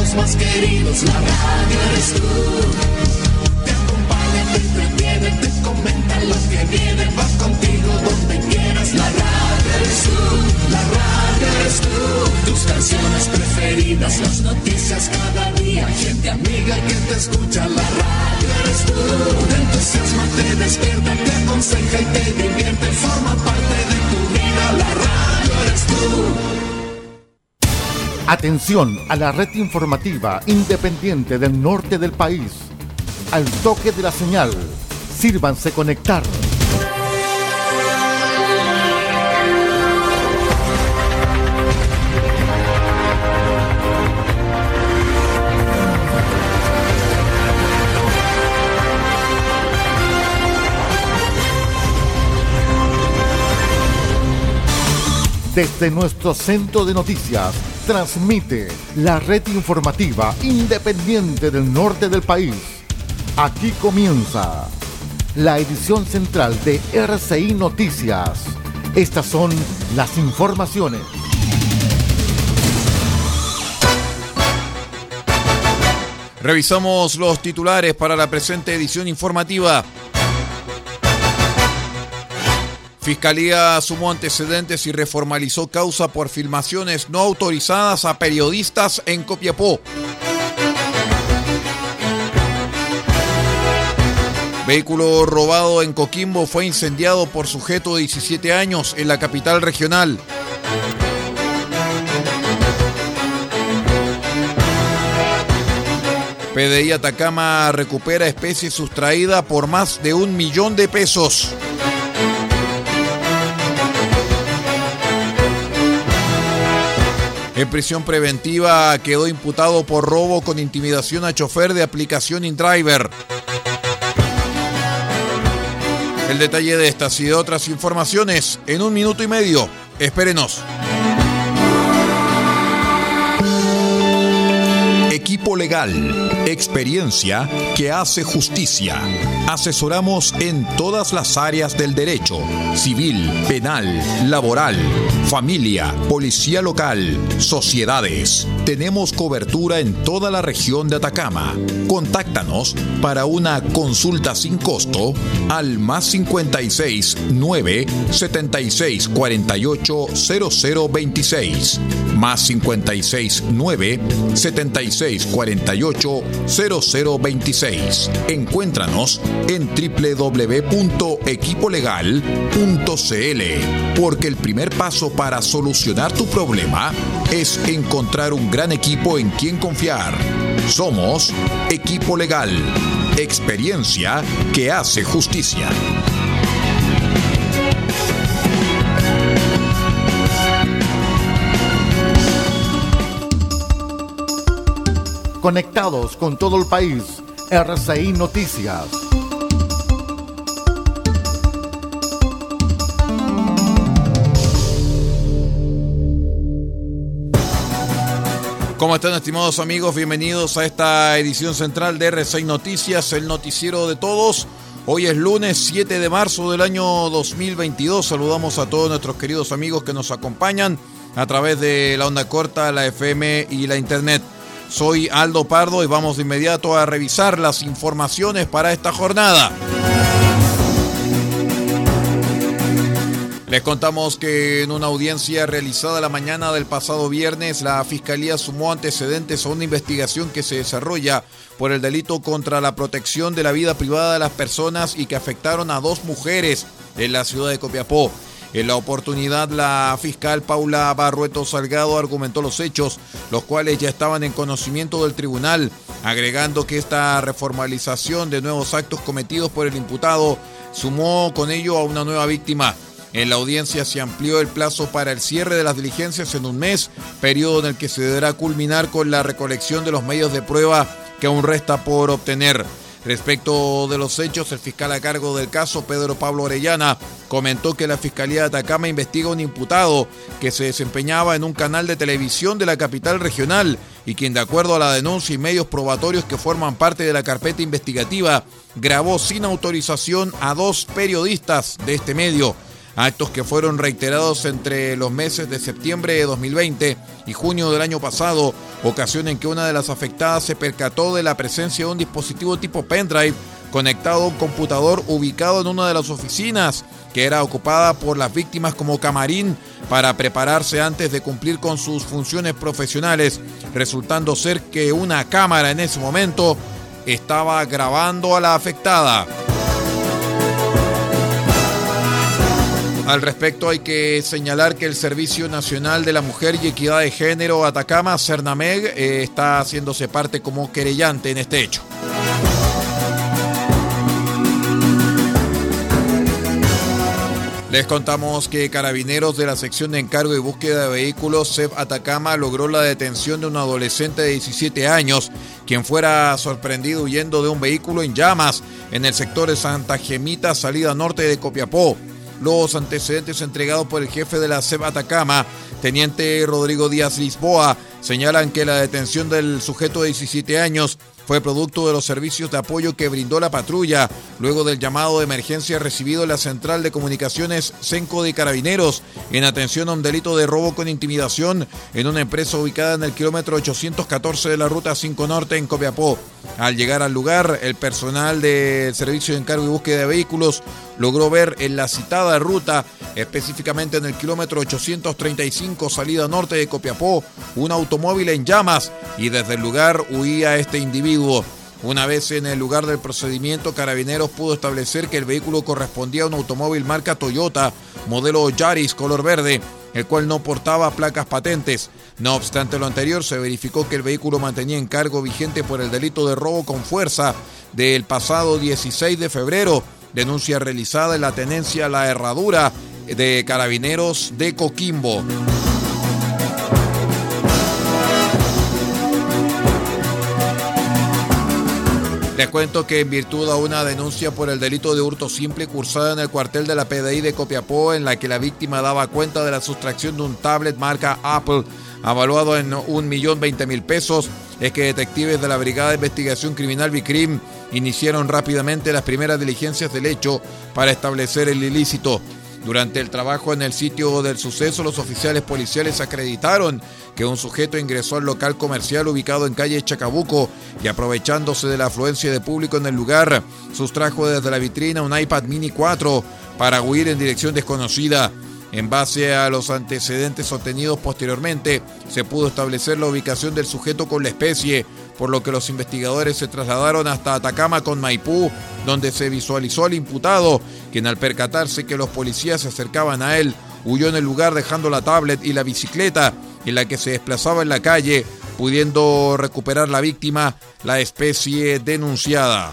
amigos más queridos, la radio eres tú. Te acompaña, te entretiene, te comenta lo que viene, va contigo donde quieras. La radio eres tú, la radio eres tú. Tus canciones preferidas, las noticias cada día, gente amiga que te escucha. La radio eres tú. Te entusiasma, te despierta, te aconseja y te divierte, forma parte de tu vida. La radio eres tú. Atención a la red informativa independiente del norte del país. Al toque de la señal, sírvanse conectar. Desde nuestro centro de noticias, transmite la red informativa independiente del norte del país. Aquí comienza la edición central de RCI Noticias. Estas son las informaciones. Revisamos los titulares para la presente edición informativa. Fiscalía sumó antecedentes y reformalizó causa por filmaciones no autorizadas a periodistas en Copiapó. Vehículo robado en Coquimbo fue incendiado por sujeto de 17 años en la capital regional. PDI Atacama recupera especie sustraída por más de 1 millón de pesos. En prisión preventiva quedó imputado por robo con intimidación a chofer de aplicación InDriver. El detalle de estas y de otras informaciones en 1 minuto y medio. Espérenos. Equipo Legal, experiencia que hace justicia. Asesoramos en todas las áreas del derecho: civil, penal, laboral, familia, policía local, sociedades. Tenemos cobertura en toda la región de Atacama. Contáctanos para una consulta sin costo al +56 9 76 48 0026, +56 9 76 48 0026. Encuéntranos en www.equipolegal.cl, porque el primer paso para solucionar tu problema es encontrar un gran equipo en quien confiar. Somos Equipo Legal, experiencia que hace justicia. Conectados con todo el país, RCI Noticias. ¿Cómo están, estimados amigos? Bienvenidos a esta edición central de RCI Noticias, el noticiero de todos. Hoy es lunes 7 de marzo del año 2022. Saludamos a todos nuestros queridos amigos que nos acompañan a través de la onda corta, la FM y la internet. Soy Aldo Pardo y vamos de inmediato a revisar las informaciones para esta jornada. Les contamos que en una audiencia realizada la mañana del pasado viernes, la Fiscalía sumó antecedentes a una investigación que se desarrolla por el delito contra la protección de la vida privada de las personas y que afectaron a 2 mujeres en la ciudad de Copiapó. En la oportunidad, la fiscal Paula Barrueto Salgado argumentó los hechos, los cuales ya estaban en conocimiento del tribunal, agregando que esta reformalización de nuevos actos cometidos por el imputado sumó con ello a una nueva víctima. En la audiencia se amplió el plazo para el cierre de las diligencias en 1 mes, periodo en el que se deberá culminar con la recolección de los medios de prueba que aún resta por obtener. Respecto de los hechos, el fiscal a cargo del caso, Pedro Pablo Orellana, comentó que la Fiscalía de Atacama investiga a un imputado que se desempeñaba en un canal de televisión de la capital regional y quien, de acuerdo a la denuncia y medios probatorios que forman parte de la carpeta investigativa, grabó sin autorización a 2 periodistas de este medio. actos que fueron reiterados entre los meses de septiembre de 2020 y junio del año pasado, ocasión en que una de las afectadas se percató de la presencia de un dispositivo tipo pendrive conectado a un computador ubicado en una de las oficinas que era ocupada por las víctimas como camarín para prepararse antes de cumplir con sus funciones profesionales, resultando ser que una cámara en ese momento estaba grabando a la afectada. Al respecto hay que señalar que el Servicio Nacional de la Mujer y Equidad de Género Atacama, Cernameg, está haciéndose parte como querellante en este hecho. Les contamos que Carabineros de la Sección de Encargo y Búsqueda de Vehículos CEP Atacama logró la detención de un adolescente de 17 años, quien fuera sorprendido huyendo de un vehículo en llamas en el sector de Santa Gemita, salida norte de Copiapó. Los antecedentes entregados por el jefe de la CEP Atacama, teniente Rodrigo Díaz Lisboa, señalan que la detención del sujeto de 17 años fue producto de los servicios de apoyo que brindó la patrulla luego del llamado de emergencia recibido en la Central de Comunicaciones Cenco de Carabineros en atención a un delito de robo con intimidación en una empresa ubicada en el kilómetro 814 de la Ruta 5 Norte en Copiapó. Al llegar al lugar, el personal del Servicio de Encargo y Búsqueda de Vehículos logró ver en la citada ruta, específicamente en el kilómetro 835 salida norte de Copiapó, un automóvil en llamas y desde el lugar huía este individuo. Una vez en el lugar del procedimiento, Carabineros pudo establecer que el vehículo correspondía a un automóvil marca Toyota, modelo Yaris color verde, el cual no portaba placas patentes. No obstante lo anterior, se verificó que el vehículo mantenía encargo vigente por el delito de robo con fuerza del pasado 16 de febrero, denuncia realizada en la tenencia La Herradura de Carabineros de Coquimbo. Les cuento que en virtud a una denuncia por el delito de hurto simple cursada en el cuartel de la PDI de Copiapó, en la que la víctima daba cuenta de la sustracción de un tablet marca Apple, avaluado en 1.020.000 pesos, es que detectives de la Brigada de Investigación Criminal Bicrim iniciaron rápidamente las primeras diligencias del hecho para establecer el ilícito. Durante el trabajo en el sitio del suceso, los oficiales policiales acreditaron que un sujeto ingresó al local comercial ubicado en calle Chacabuco y, aprovechándose de la afluencia de público en el lugar, sustrajo desde la vitrina un iPad Mini 4 para huir en dirección desconocida. En base a los antecedentes obtenidos posteriormente, se pudo establecer la ubicación del sujeto con la especie, por lo que los investigadores se trasladaron hasta Atacama con Maipú, donde se visualizó al imputado, quien al percatarse que los policías se acercaban a él, huyó en el lugar dejando la tablet y la bicicleta en la que se desplazaba en la calle, pudiendo recuperar la víctima, la especie denunciada.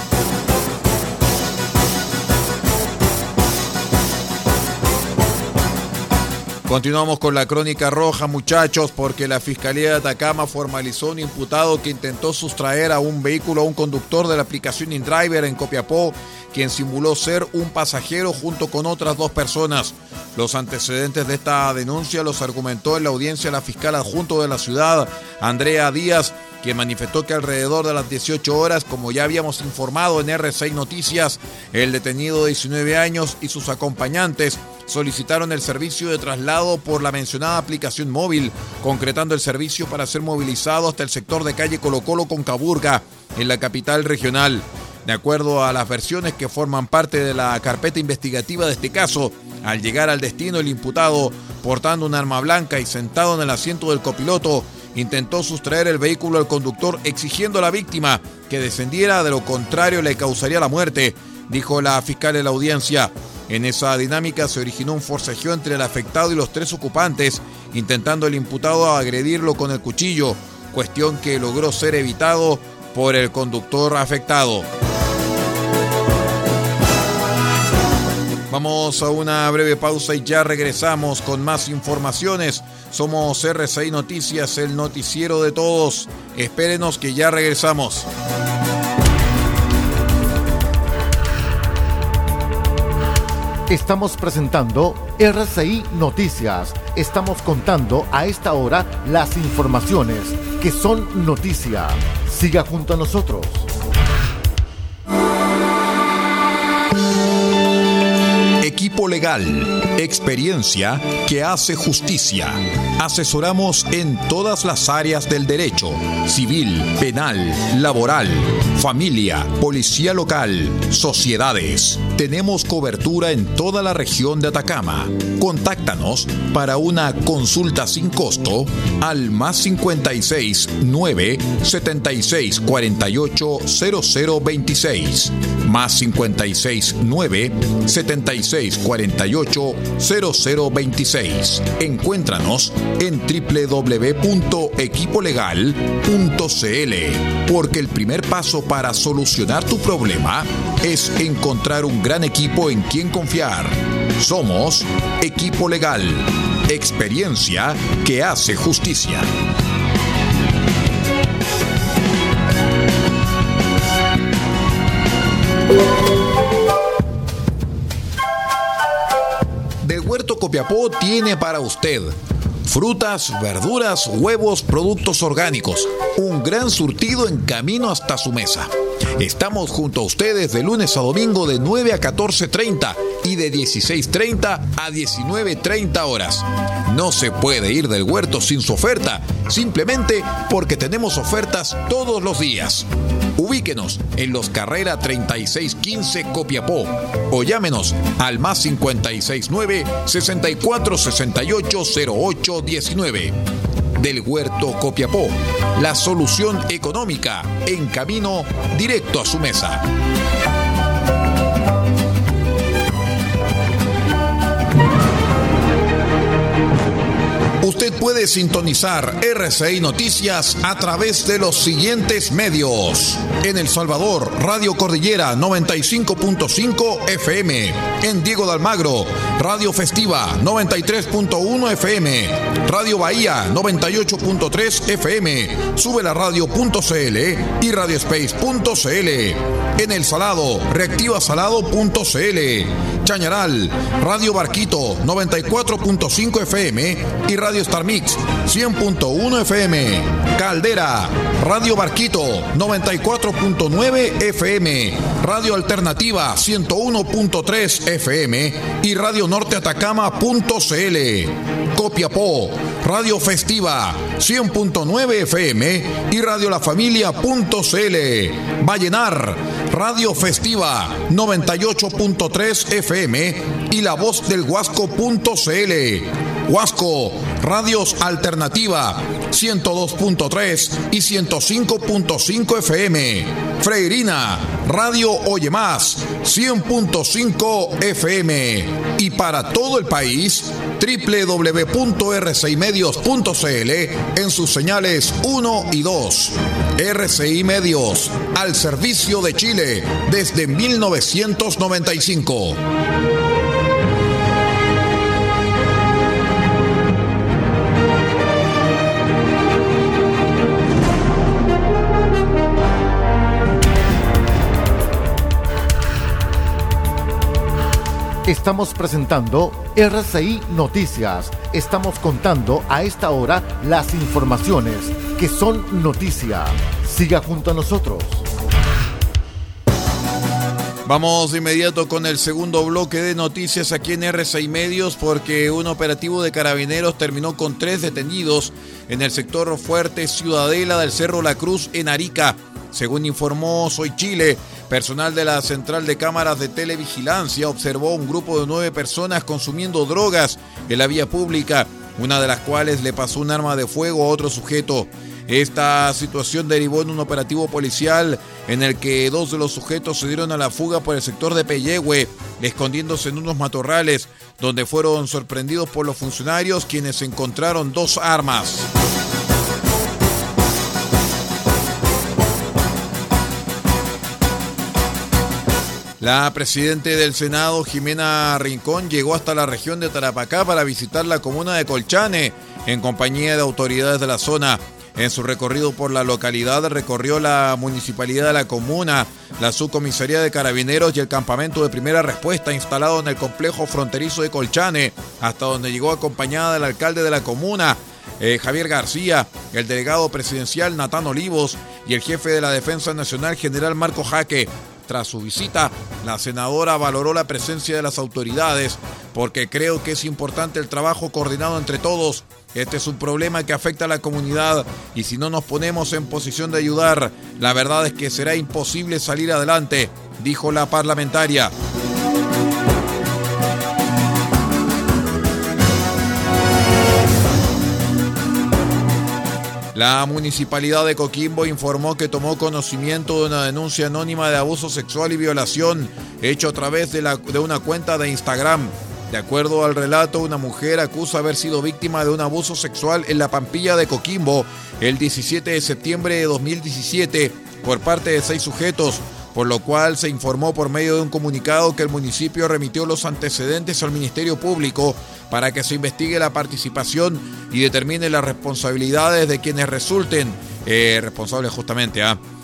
Continuamos con la crónica roja, muchachos, porque la Fiscalía de Atacama formalizó un imputado que intentó sustraer a un vehículo a un conductor de la aplicación InDriver en Copiapó, quien simuló ser un pasajero junto con otras 2 personas. Los antecedentes de esta denuncia los argumentó en la audiencia la fiscal adjunto de la ciudad, Andrea Díaz, quien manifestó que alrededor de las 18 horas, como ya habíamos informado en R6 Noticias, el detenido de 19 años y sus acompañantes solicitaron el servicio de traslado por la mencionada aplicación móvil, concretando el servicio para ser movilizado hasta el sector de calle Colo Colo con Caburga, en la capital regional. De acuerdo a las versiones que forman parte de la carpeta investigativa de este caso, al llegar al destino, el imputado, portando un arma blanca y sentado en el asiento del copiloto, intentó sustraer el vehículo al conductor, exigiendo a la víctima que descendiera, de lo contrario le causaría la muerte, dijo la fiscal en la audiencia. En esa dinámica se originó un forcejeo entre el afectado y los 3 ocupantes, intentando el imputado agredirlo con el cuchillo, cuestión que logró ser evitado por el conductor afectado. Vamos a una breve pausa y ya regresamos con más informaciones. Somos R6 Noticias, el noticiero de todos. Espérenos que ya regresamos. Estamos presentando RCI Noticias. Estamos contando a esta hora las informaciones que son noticia. Siga junto a nosotros. Equipo Equipo Legal, experiencia que hace justicia. Asesoramos en todas las áreas del derecho: civil, penal, laboral, familia, policía local, sociedades. Tenemos cobertura en toda la región de Atacama. Contáctanos para una consulta sin costo al +56 9 76 48 0026. +56 9 76 48 0026. Encuéntranos en www.equipolegal.cl, porque el primer paso para solucionar tu problema es encontrar un gran equipo en quien confiar. Somos Equipo Legal, experiencia que hace justicia. Del Huerto Copiapó tiene para usted frutas, verduras, huevos, productos orgánicos. Un gran surtido en camino hasta su mesa. Estamos junto a ustedes de lunes a domingo de 9 a 14:30 y de 16:30 a 19:30 horas. No se puede ir del huerto sin su oferta, simplemente porque tenemos ofertas todos los días. Ubíquenos en Los Carrera 3615 Copiapó o llámenos al +56 9 64 68 08 19. Del Huerto Copiapó, la solución económica en camino directo a su mesa. Usted puede sintonizar RCI Noticias a través de los siguientes medios. En El Salvador, Radio Cordillera 95.5 FM. En Diego de Almagro, Radio Festiva 93.1 FM. Radio Bahía 98.3 FM. Sube la radio.cl y radiospace.cl. En El Salado, reactivasalado.cl. Chañaral, Radio Barquito 94.5 FM y Radio Star Mix 100.1 FM. Caldera, Radio Barquito 94.9 FM. Radio Alternativa 101.3 FM y Radio Norte Atacama.cl. Copiapó, Radio Festiva 100.9 FM y Radio La Familia.cl. Vallenar, Radio Festiva 98.3 FM y La Voz del Huasco.cl. Huasco, Radios Alternativa 102.3 y 105.5 FM. Freirina, Radio Oye Más 100.5 FM. Y para todo el país, www.rcimedios.cl en sus señales 1 y 2. RCI Medios, al servicio de Chile desde 1995. Estamos presentando RCI Noticias. Estamos contando a esta hora las informaciones que son noticia. Siga junto a nosotros. Vamos de inmediato con el segundo bloque de noticias aquí en RCI Medios, porque un operativo de carabineros terminó con 3 detenidos en el sector Fuerte Ciudadela del Cerro La Cruz en Arica. Según informó Soy Chile, personal de la Central de Cámaras de Televigilancia observó un grupo de 9 personas consumiendo drogas en la vía pública, una de las cuales le pasó un arma de fuego a otro sujeto. Esta situación derivó en un operativo policial en el que 2 de los sujetos se dieron a la fuga por el sector de Peyehue, escondiéndose en unos matorrales, donde fueron sorprendidos por los funcionarios, quienes encontraron 2 armas. La presidenta del Senado, Jimena Rincón, llegó hasta la región de Tarapacá para visitar la comuna de Colchane en compañía de autoridades de la zona. En su recorrido por la localidad recorrió la municipalidad de la comuna, la subcomisaría de carabineros y el campamento de primera respuesta instalado en el complejo fronterizo de Colchane, hasta donde llegó acompañada del alcalde de la comuna, Javier García, el delegado presidencial Natán Olivos y el jefe de la Defensa Nacional, general Marco Jaque. Tras su visita, la senadora valoró la presencia de las autoridades porque creo que es importante el trabajo coordinado entre todos. Este es un problema que afecta a la comunidad y si no nos ponemos en posición de ayudar, la verdad es que será imposible salir adelante, dijo la parlamentaria. La Municipalidad de Coquimbo informó que tomó conocimiento de una denuncia anónima de abuso sexual y violación hecho a través de una cuenta de Instagram. De acuerdo al relato, una mujer acusa haber sido víctima de un abuso sexual en la Pampilla de Coquimbo el 17 de septiembre de 2017 por parte de 6 sujetos, por lo cual se informó por medio de un comunicado que el municipio remitió los antecedentes al Ministerio Público para que se investigue la participación y determine las responsabilidades de quienes resulten responsables justamente.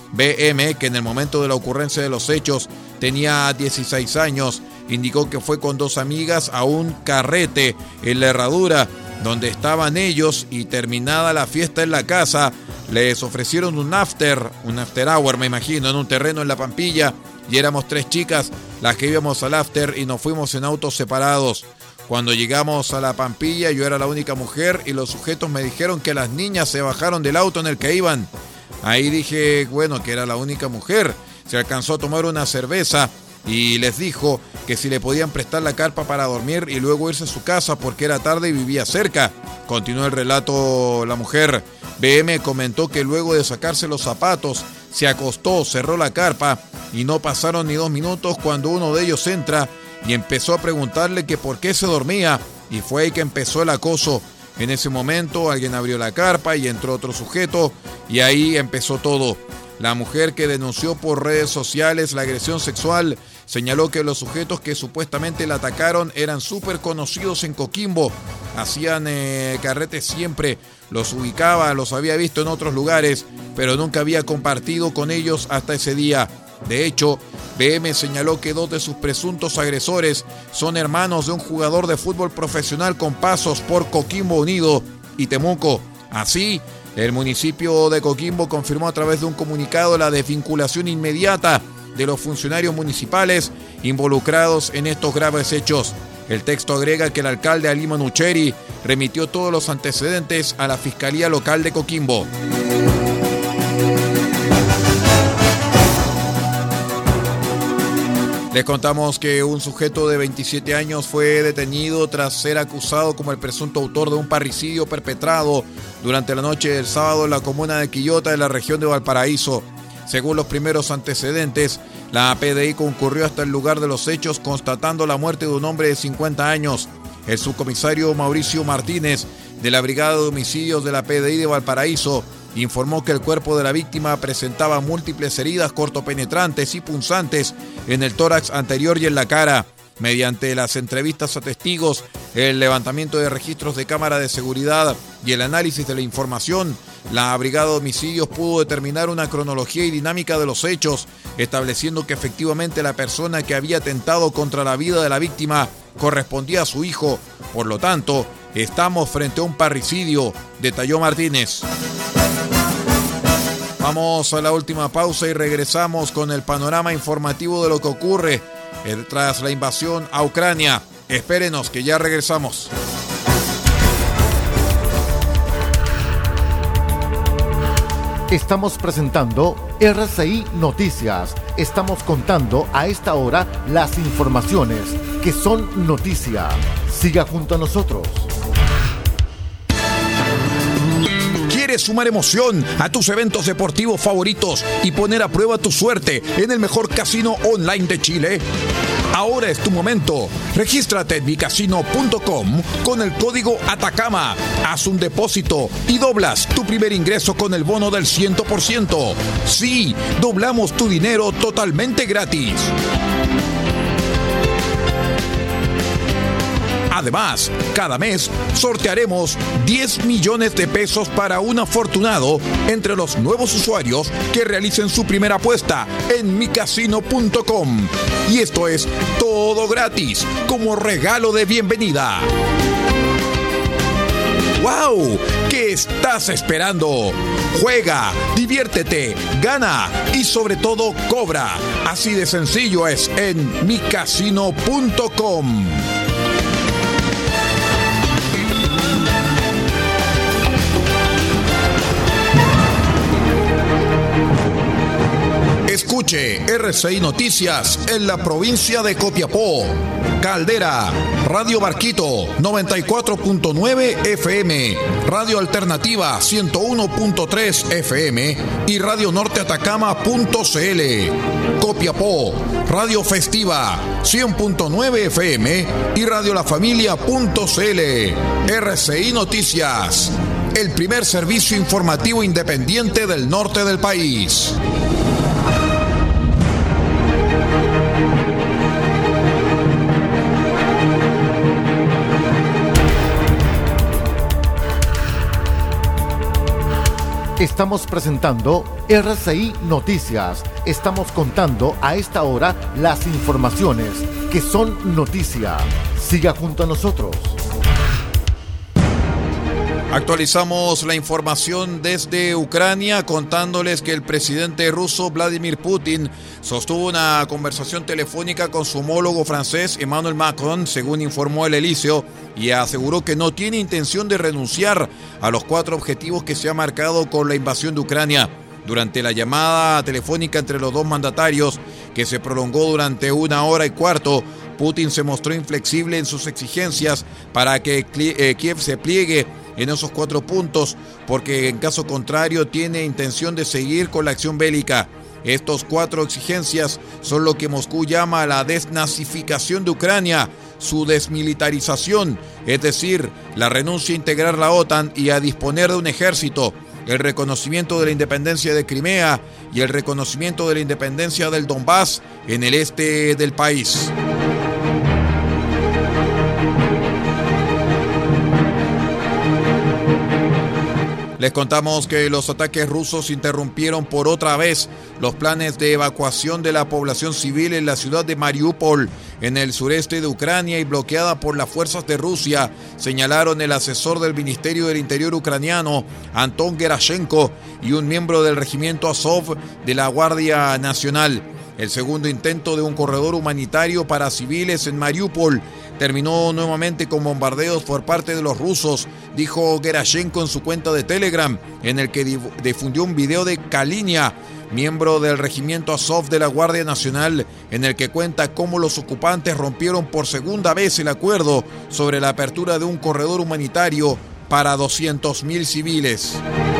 BM, que en el momento de la ocurrencia de los hechos tenía 16 años, indicó que fue con 2 amigas a un carrete en la Herradura, donde estaban ellos y terminada la fiesta en la casa, les ofrecieron un after hour, me imagino, en un terreno en la Pampilla, y éramos 3 chicas las que íbamos al after y nos fuimos en autos separados. Cuando llegamos a la Pampilla, yo era la única mujer y los sujetos me dijeron que las niñas se bajaron del auto en el que iban. Ahí dije, bueno, que era la única mujer. Se alcanzó a tomar una cerveza y les dijo que si le podían prestar la carpa para dormir y luego irse a su casa porque era tarde y vivía cerca. Continuó el relato la mujer. BM comentó que luego de sacarse los zapatos, se acostó, cerró la carpa y no pasaron ni 2 minutos cuando uno de ellos entra y empezó a preguntarle que por qué se dormía y fue ahí que empezó el acoso. En ese momento alguien abrió la carpa y entró otro sujeto y ahí empezó todo. La mujer que denunció por redes sociales la agresión sexual señaló que los sujetos que supuestamente la atacaron eran súper conocidos en Coquimbo. Hacían carretes siempre, los ubicaba, los había visto en otros lugares, pero nunca había compartido con ellos hasta ese día. De hecho, BM señaló que 2 de sus presuntos agresores son hermanos de un jugador de fútbol profesional con pasos por Coquimbo Unido y Temuco. Así, el municipio de Coquimbo confirmó a través de un comunicado la desvinculación inmediata de los funcionarios municipales involucrados en estos graves hechos. El texto agrega que el alcalde Ali Manucheri remitió todos los antecedentes a la Fiscalía Local de Coquimbo. Les contamos que un sujeto de 27 años fue detenido tras ser acusado como el presunto autor de un parricidio perpetrado durante la noche del sábado en la comuna de Quillota, en la región de Valparaíso. Según los primeros antecedentes, la PDI concurrió hasta el lugar de los hechos constatando la muerte de un hombre de 50 años. El subcomisario Mauricio Martínez, de la Brigada de Homicidios de la PDI de Valparaíso, informó que el cuerpo de la víctima presentaba múltiples heridas cortopenetrantes y punzantes en el tórax anterior y en la cara. Mediante las entrevistas a testigos, el levantamiento de registros de cámara de seguridad y el análisis de la información, la Brigada de Homicidios pudo determinar una cronología y dinámica de los hechos, estableciendo que efectivamente la persona que había atentado contra la vida de la víctima correspondía a su hijo. Por lo tanto, estamos frente a un parricidio, detalló Martínez. Vamos a la última pausa y regresamos con el panorama informativo de lo que ocurre tras la invasión a Ucrania. Espérenos que ya regresamos. Estamos presentando RCI Noticias. Estamos contando a esta hora las informaciones que son noticia. Siga junto a nosotros. ¿Quieres sumar emoción a tus eventos deportivos favoritos y poner a prueba tu suerte en el mejor casino online de Chile? Ahora es tu momento. Regístrate en micasino.com con el código Atacama. Haz un depósito y doblas tu primer ingreso con el bono del 100%. Sí, doblamos tu dinero totalmente gratis. Además, cada mes sortearemos 10 millones de pesos para un afortunado entre los nuevos usuarios que realicen su primera apuesta en micasino.com. Y esto es todo gratis, como regalo de bienvenida. ¡Wow! ¿Qué estás esperando? Juega, diviértete, gana y sobre todo cobra. Así de sencillo es en micasino.com. Escuche RCI Noticias en la provincia de Copiapó. Caldera, Radio Barquito 94.9 FM, Radio Alternativa 101.3 FM y Radio Norte Atacama.cl. Copiapó, Radio Festiva 100.9 FM y Radio La Familia.cl. RCI Noticias, el primer servicio informativo independiente del norte del país. Estamos presentando RCI Noticias. Estamos contando a esta hora las informaciones que son noticia. Siga junto a nosotros. Actualizamos la información desde Ucrania contándoles que el presidente ruso Vladimir Putin sostuvo una conversación telefónica con su homólogo francés Emmanuel Macron, según informó el Elíseo, y aseguró que no tiene intención de renunciar a los 4 objetivos que se ha marcado con la invasión de Ucrania. Durante la llamada telefónica entre los dos mandatarios, que se prolongó durante 1 hora y cuarto, Putin se mostró inflexible en sus exigencias para que Kiev se pliegue en esos 4 puntos, porque en caso contrario tiene intención de seguir con la acción bélica. Estos 4 exigencias son lo que Moscú llama la desnazificación de Ucrania, su desmilitarización, es decir, la renuncia a integrar la OTAN y a disponer de un ejército, el reconocimiento de la independencia de Crimea y el reconocimiento de la independencia del Donbass en el este del país. Les contamos que los ataques rusos interrumpieron por otra vez los planes de evacuación de la población civil en la ciudad de Mariupol, en el sureste de Ucrania y bloqueada por las fuerzas de Rusia, señalaron el asesor del Ministerio del Interior ucraniano, Anton Gerashenko, y un miembro del regimiento Azov de la Guardia Nacional. El segundo intento de un corredor humanitario para civiles en Mariupol terminó nuevamente con bombardeos por parte de los rusos, dijo Gerashenko en su cuenta de Telegram, en el que difundió un video de Kalinia, miembro del regimiento Azov de la Guardia Nacional, en el que cuenta cómo los ocupantes rompieron por segunda vez el acuerdo sobre la apertura de un corredor humanitario para 200.000 civiles.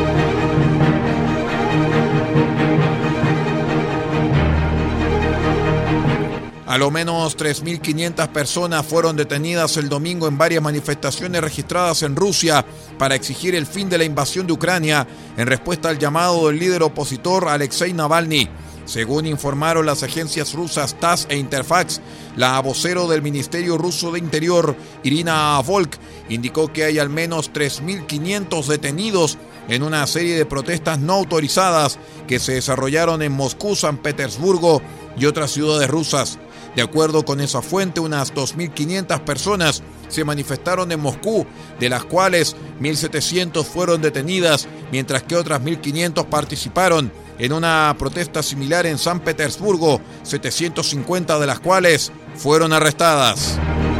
A lo menos 3.500 personas fueron detenidas el domingo en varias manifestaciones registradas en Rusia para exigir el fin de la invasión de Ucrania en respuesta al llamado del líder opositor Alexei Navalny. Según informaron las agencias rusas TASS e Interfax, la vocero del Ministerio Ruso de Interior, Irina Volk, indicó que hay al menos 3.500 detenidos en una serie de protestas no autorizadas que se desarrollaron en Moscú, San Petersburgo y otras ciudades rusas. De acuerdo con esa fuente, unas 2.500 personas se manifestaron en Moscú, de las cuales 1.700 fueron detenidas, mientras que otras 1.500 participaron en una protesta similar en San Petersburgo, 750 de las cuales fueron arrestadas.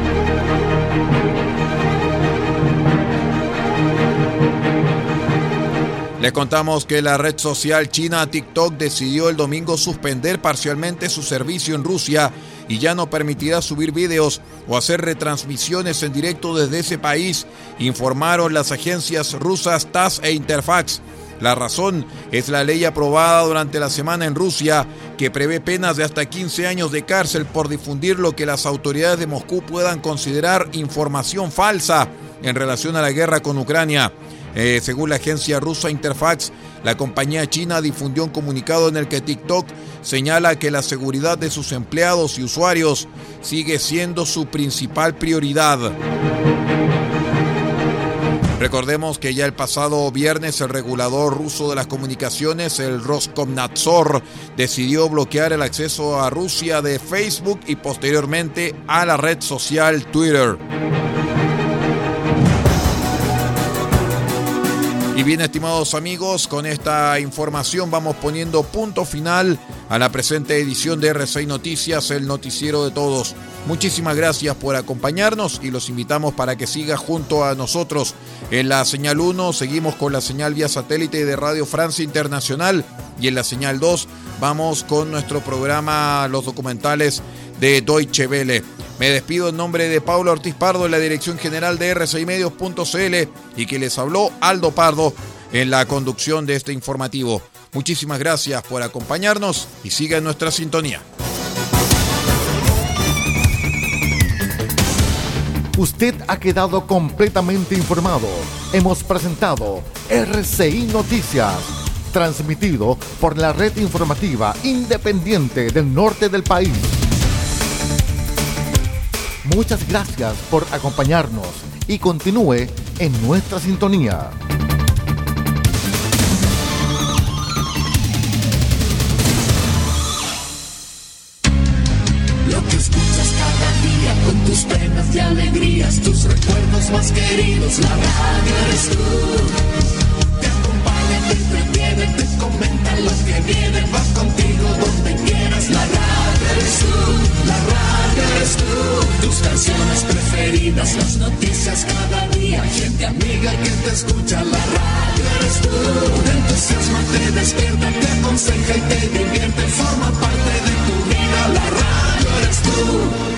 Les contamos que la red social china TikTok decidió el domingo suspender parcialmente su servicio en Rusia y ya no permitirá subir videos o hacer retransmisiones en directo desde ese país, informaron las agencias rusas TASS e Interfax. La razón es la ley aprobada durante la semana en Rusia que prevé penas de hasta 15 años de cárcel por difundir lo que las autoridades de Moscú puedan considerar información falsa en relación a la guerra con Ucrania. Según la agencia rusa Interfax, la compañía china difundió un comunicado en el que TikTok señala que la seguridad de sus empleados y usuarios sigue siendo su principal prioridad. Recordemos que ya el pasado viernes el regulador ruso de las comunicaciones, el Roskomnadzor, decidió bloquear el acceso a Rusia de Facebook y posteriormente a la red social Twitter. Y bien, estimados amigos, con esta información vamos poniendo punto final a la presente edición de R6 Noticias, el noticiero de todos. Muchísimas gracias por acompañarnos y los invitamos para que siga junto a nosotros en la señal 1. Seguimos con la señal vía satélite de Radio Francia Internacional y en la señal 2 vamos con nuestro programa Los Documentales de Deutsche Welle. Me despido en nombre de Paulo Ortiz Pardo en la dirección general de R6medios.cl y que les habló Aldo Pardo en la conducción de este informativo. Muchísimas gracias por acompañarnos y siga en nuestra sintonía. Usted ha quedado completamente informado. Hemos presentado RCI Noticias, transmitido por la red informativa independiente del norte del país. Muchas gracias por acompañarnos y continúe en nuestra sintonía. Lo que escuchas cada día con tus penas y alegrías, tus recuerdos más queridos, la radio eres tú. Te acompaña, te entretiene, te comenta lo que viene, va contigo donde quieras. La radio eres tú, la radio eres tú. Tus canciones preferidas, las noticias cada día, gente amiga que te escucha. La radio eres tú. Te entusiasma, te despierta, te aconseja y te divierte, forma parte de tu vida. La radio eres tú.